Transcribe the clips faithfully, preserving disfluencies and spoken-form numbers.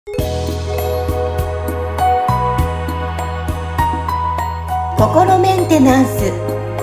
心メンテナンス。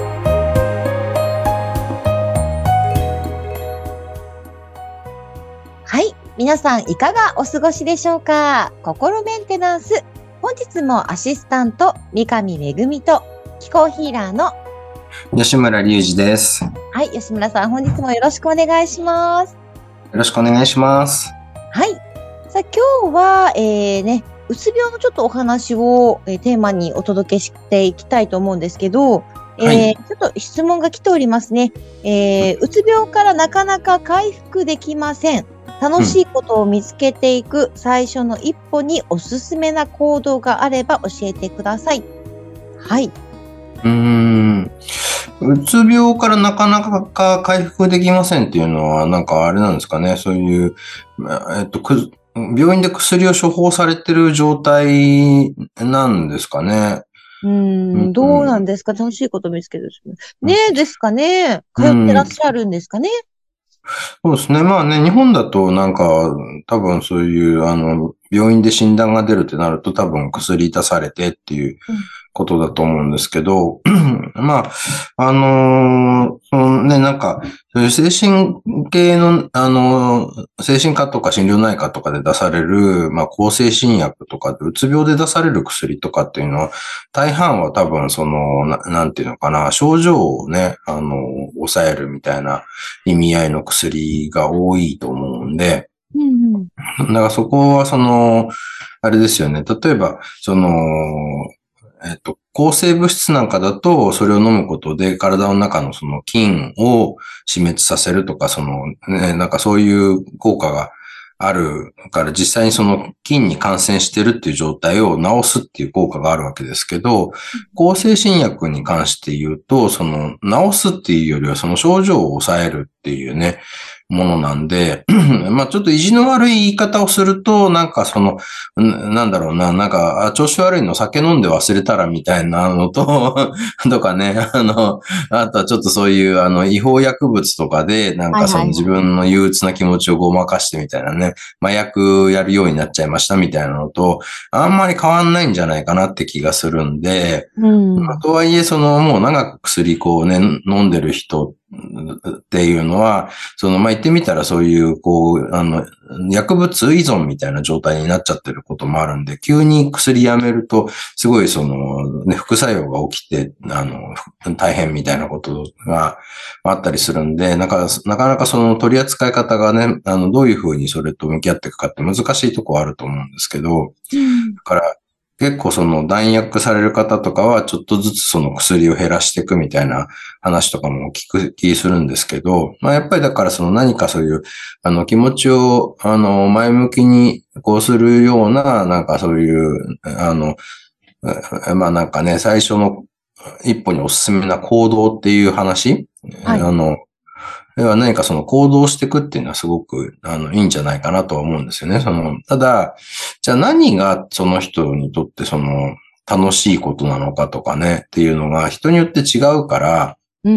はい、皆さんいかがお過ごしでしょうか。心メンテナンス、本日もアシスタント三上めぐみと気候ヒーラーの吉村隆二です。 はい、吉村さん、本日もよろしくお願いします。 よろしくお願いします。 はい、さあ今日は、えー、ねうつ病のちょっとお話を、えー、テーマにお届けしていきたいと思うんですけど、えーはい、ちょっと質問が来ておりますね。えー、うつ病からなかなか回復できません。楽しいことを見つけていく最初の一歩におすすめな行動があれば教えてください。はい。 うーん。うつ病からなかなか回復できませんっていうのは、なんかあれなんですかね。そういう、えっと、く病院で薬を処方されてる状態なんですかね。 うーん、どうなんですか、楽しいこと見つける。ねえ、ですかね。通ってらっしゃるんですかね。 そうですね。まあね、日本だとなんか、多分そういう、あの、病院で診断が出るってなると多分薬出されてっていうことだと思うんですけど、まあ、あのー、そのね、なんか、そういう精神系の、あのー、精神科とか心療内科とかで出される、まあ、抗精神薬とかで、うつ病で出される薬とかっていうのは、大半は多分その、な、なんていうのかな、症状をね、あの、抑えるみたいな意味合いの薬が多いと思うんで、 うんうん、 だからそこはその、あれですよね。例えば、その、えっと、抗生物質なんかだと、それを飲むことで体の中のその菌を死滅させるとか、その、ね、なんかそういう効果があるから、実際にその菌に感染してるっていう状態を治すっていう効果があるわけですけど、抗精神薬に関して言うと、その治すっていうよりはその症状を抑えるっていうね、ものなんで、まあちょっと意地の悪い言い方をすると、なんかその、なんだろうな、なんか、調子悪いの酒飲んで忘れたらみたいなのと、とかね、あの、あとはちょっとそういう、あの、違法薬物とかで、なんかその自分の憂鬱な気持ちをごまかしてみたいなね、麻薬やるようになっちゃいましたみたいなのと、あんまり変わんないんじゃないかなって気がするんで、うん、まあ、とはいえ、その、もう長く薬こうね、飲んでる人っていうのは、その、まあ、言ってみたらそういう、こう、あの、薬物依存みたいな状態になっちゃってることもあるんで、急に薬やめると、すごいその、ね、副作用が起きて、あの、大変みたいなことがあったりするんで、なかなかなかその取り扱い方がね、あの、どういうふうにそれと向き合っていくかって難しいところあると思うんですけど、うん、だから、結構その弾薬される方とかはちょっとずつその薬を減らしていくみたいな話とかも聞く気するんですけど、まあやっぱりだからその何かそういうあの気持ちをあの前向きにこうするようななんかそういうあのまあなんかね最初の一歩におすすめな行動っていう話、はい、あのでは何かその行動していくっていうのはすごく、あの、いいんじゃないかなとは思うんですよね。その、ただ、じゃあ何がその人にとってその、楽しいことなのかとかね、っていうのが人によって違うから、うん、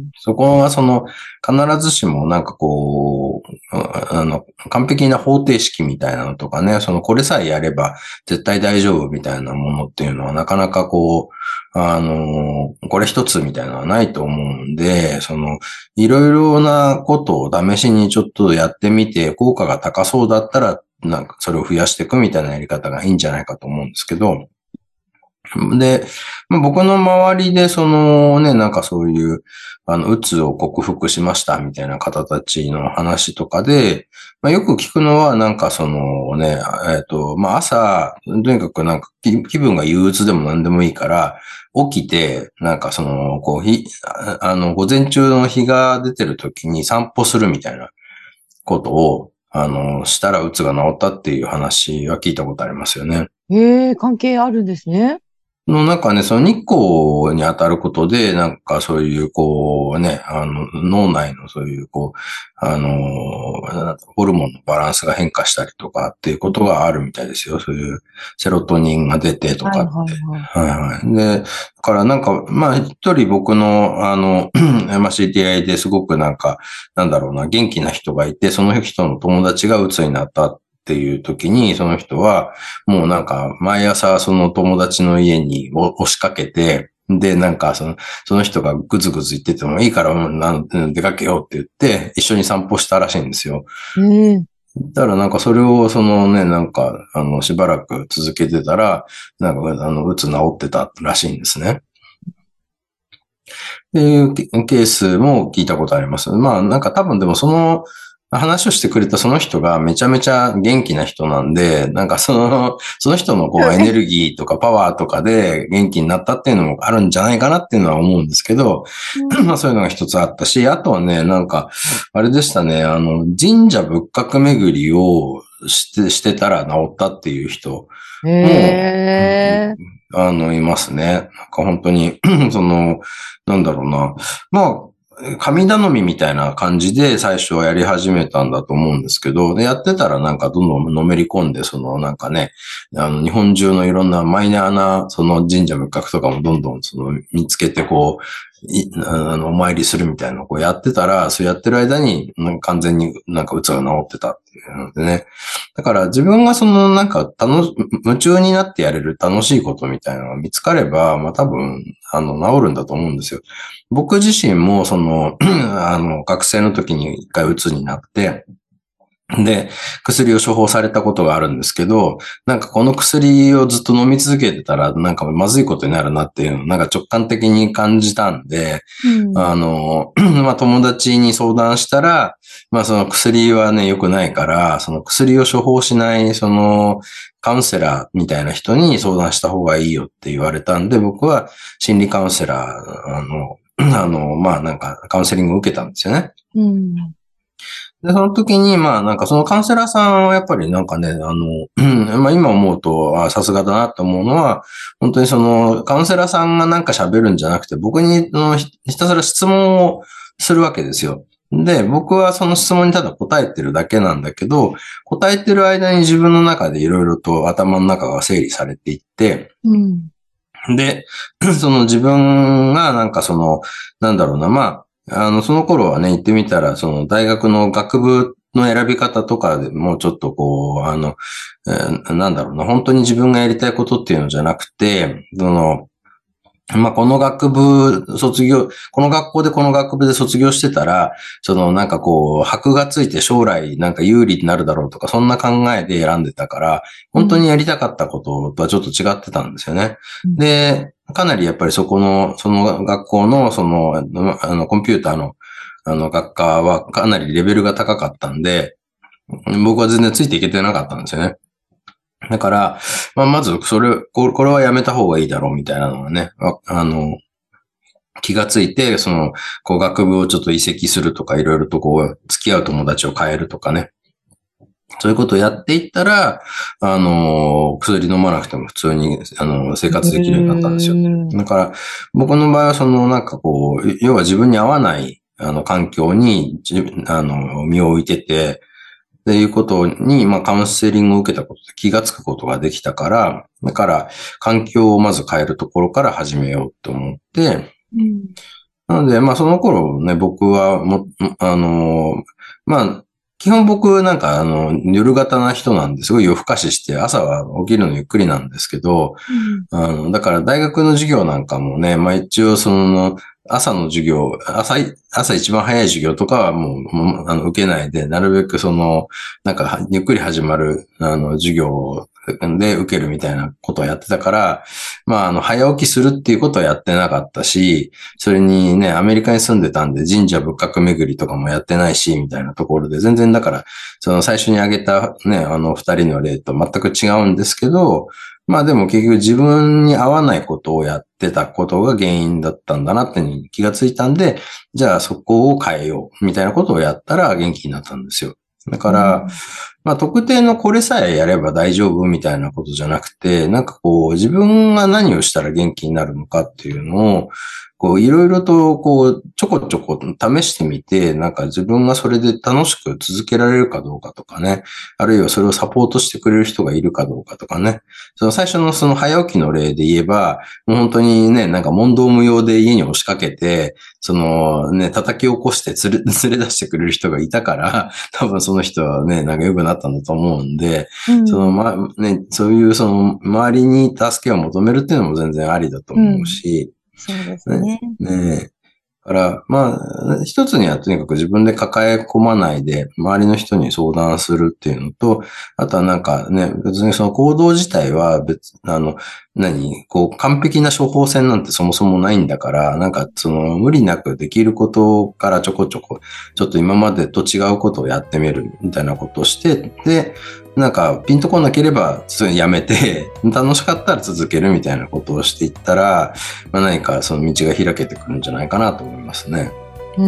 そこはその、必ずしもなんかこう、あの、完璧な方程式みたいなのとかね、その、これさえやれば絶対大丈夫みたいなものっていうのはなかなかこう、あの、これ一つみたいなのはないと思うんで、その、いろいろなことを試しにちょっとやってみて、効果が高そうだったら、なんかそれを増やしていくみたいなやり方がいいんじゃないかと思うんですけど、で、僕の周りで、そのね、なんかそういう、あの、うつを克服しましたみたいな方たちの話とかで、まあ、よく聞くのは、なんかそのね、えっと、まあ、朝、とにかくなんか気分が憂鬱でも何でもいいから、起きて、なんかその、こう、日、あの、午前中の日が出てる時に散歩するみたいなことを、あの、したらうつが治ったっていう話は聞いたことありますよね。 へえ、関係あるんですね。 の中ね、その日光に当たることで、なんかそういう、こうね、あの、脳内のそういう、こう、あの、ホルモンのバランスが変化したりとかっていうことがあるみたいですよ。そういうセロトニンが出てとかって。はいはいはい。で、だからなんか、まあ一人僕の、あの、まあ知り合いですごくなんか、なんだろうな、元気な人がいて、その人の友達が鬱になったっっていう時に、その人は、もうなんか、毎朝その友達の家に押しかけて、で、なんか、その、その人がぐずぐず言っててもいいから、うんなん出かけようって言って、一緒に散歩したらしいんですよ。 うん。 だからなんかそれをそのね、なんか、あの、しばらく続けてたら、なんか、あの、うつ治ってたらしいんですね。っていうケースも聞いたことあります。まあ、なんか多分でもその話をしてくれたその人がめちゃめちゃ元気な人なんで、なんかその、その人のこうエネルギーとかパワーとかで元気になったっていうのもあるんじゃないかなっていうのは思うんですけど、まあそういうのが一つあったし、あとはね、なんか、あれでしたね、あの、神社仏閣巡りをして、してたら治ったっていう人も、 へー。 あの、いますね。なんか本当に、その、なんだろうな。まあ、神頼みみたいな感じで最初はやり始めたんだと思うんですけど、で、やってたらなんかどんどんのめり込んで、そのなんかね、あの、日本中のいろんなマイナーな、その神社仏閣とかもどんどんその見つけてこう、いあの、お参りするみたいなのをこうやってたら、そうやってる間に完全になんかうつが治ってたっていうのでね。だから自分がそのなんか楽し、夢中になってやれる楽しいことみたいなのが見つかれば、まあ多分、あの、治るんだと思うんですよ。僕自身もその、あの、学生の時に一回うつになって、で、薬を処方されたことがあるんですけど、なんかこの薬をずっと飲み続けてたら、なんかまずいことになるなっていうのを、なんか直感的に感じたんで、 うん、 あの、まあ友達に相談したら、まあその薬はね、良くないから、その薬を処方しない、その、カウンセラーみたいな人に相談した方がいいよって言われたんで、僕は心理カウンセラー、あの、あの、まあなんかカウンセリングを受けたんですよね。 うんで、その時に、まあ、なんかそのカウンセラーさんはやっぱりなんかね、あの、まあ今思うと、あさすがだなと思うのは、本当にそのカウンセラーさんがなんか喋るんじゃなくて、僕にあのひひたすら質問をするわけですよ。で、僕はその質問にただ答えてるだけなんだけど、答えてる間に自分の中でいろいろと頭の中が整理されていって、 うんで、その自分がなんかその、なんだろうな、まあ、あの、その頃はね、言ってみたら、その大学の学部の選び方とかでもうちょっとこう、あの、えーなんだろうな、本当に自分がやりたいことっていうのじゃなくて、その、まあ、この学部卒業、この学校でこの学部で卒業してたら、そのなんかこう、箔がついて将来なんか有利になるだろうとか、そんな考えで選んでたから、本当にやりたかったこととはちょっと違ってたんですよね。 うんで、かなりやっぱりそこの、その学校の、その、あの、コンピューターの、あの、学科はかなりレベルが高かったんで、僕は全然ついていけてなかったんですよね。だから、まあ、まず、それ、ここれはやめた方がいいだろうみたいなのがね、ああの、気がついて、その、こう学部をちょっと移籍するとか、いろいろとこう、付き合う友達を変えるとかね。そういうことをやっていったら、あの、薬飲まなくても普通に、あの、生活できるようになったんですよ。だから、僕の場合は、その、なんかこう、要は自分に合わない、あの、環境に、あの、身を置いてて、っていうことに、まあ、カウンセリングを受けたことで気がつくことができたから、だから、環境をまず変えるところから始めようと思って、 うん、 なので、まあ、その頃ね、僕はも、あの、まあ、基本僕なんか、あの、夜型な人なんですごい夜更かしして、朝は起きるのゆっくりなんですけど、 うん、 あの、だから大学の授業なんかもね、まあ一応その、朝の授業、朝い、朝一番早い授業とかはもう、もうあの、受けないで、なるべくその、なんか、ゆっくり始まる、あの、授業で受けるみたいなことをやってたから、まあ、あの、早起きするっていうことはやってなかったし、それにね、アメリカに住んでたんで、神社仏閣巡りとかもやってないし、みたいなところで、全然だから、その最初に挙げたね、あの、二人の例と全く違うんですけど、まあでも結局自分に合わないことをやってたことが原因だったんだなってに気がついたんで、じゃあそこを変えようみたいなことをやったら元気になったんですよ。だから、まあ特定のこれさえやれば大丈夫みたいなことじゃなくて、なんかこう自分が何をしたら元気になるのかっていうのを、こういろいろとこうちょこちょこ試してみて、なんか自分がそれで楽しく続けられるかどうかとかね、あるいはそれをサポートしてくれる人がいるかどうかとかね、その最初のその早起きの例で言えば、もう本当にね、なんか問答無用で家に押しかけて、そのね、叩き起こして連れ、連れ出してくれる人がいたから、多分その人はね、なんか良くなったんだと思うんで、 うん、 そのま、ね、そういうその周りに助けを求めるっていうのも全然ありだと思うし、 うん、そうですね、 ね。 ねだから、まあ、一つにはとにかく自分で抱え込まないで、周りの人に相談するっていうのと、あとはなんかね、別にその行動自体は別、あの、何こう、完璧な処方箋なんてそもそもないんだから、なんかその無理なくできることからちょこちょこ、ちょっと今までと違うことをやってみるみたいなことをして、で、なんかピンとこなければそれやめて、楽しかったら続けるみたいなことをしていったら、まあ、何かその道が開けてくるんじゃないかなと思いますね。 うん、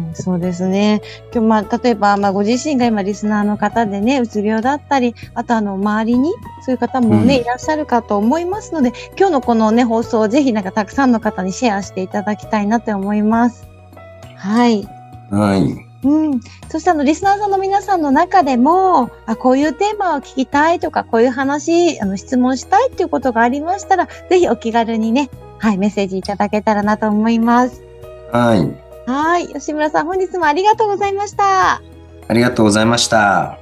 そうですね。今日、まあ、例えば、まあ、ご自身が今、リスナーの方でね、うつ病だったり、あと、あの、周りに、そういう方もね、 うん、 いらっしゃるかと思いますので、今日のこのね、放送をぜひ、なんか、たくさんの方にシェアしていただきたいなと思います。はい。 はい。 うん。そして、あの、リスナーさんの皆さんの中でも、あ、こういうテーマを聞きたいとか、こういう話、あの、質問したいっていうことがありましたら、ぜひお気軽にね、はい、メッセージいただけたらなと思います。 はい。 はい。吉村さん、本日もありがとうございました。 ありがとうございました。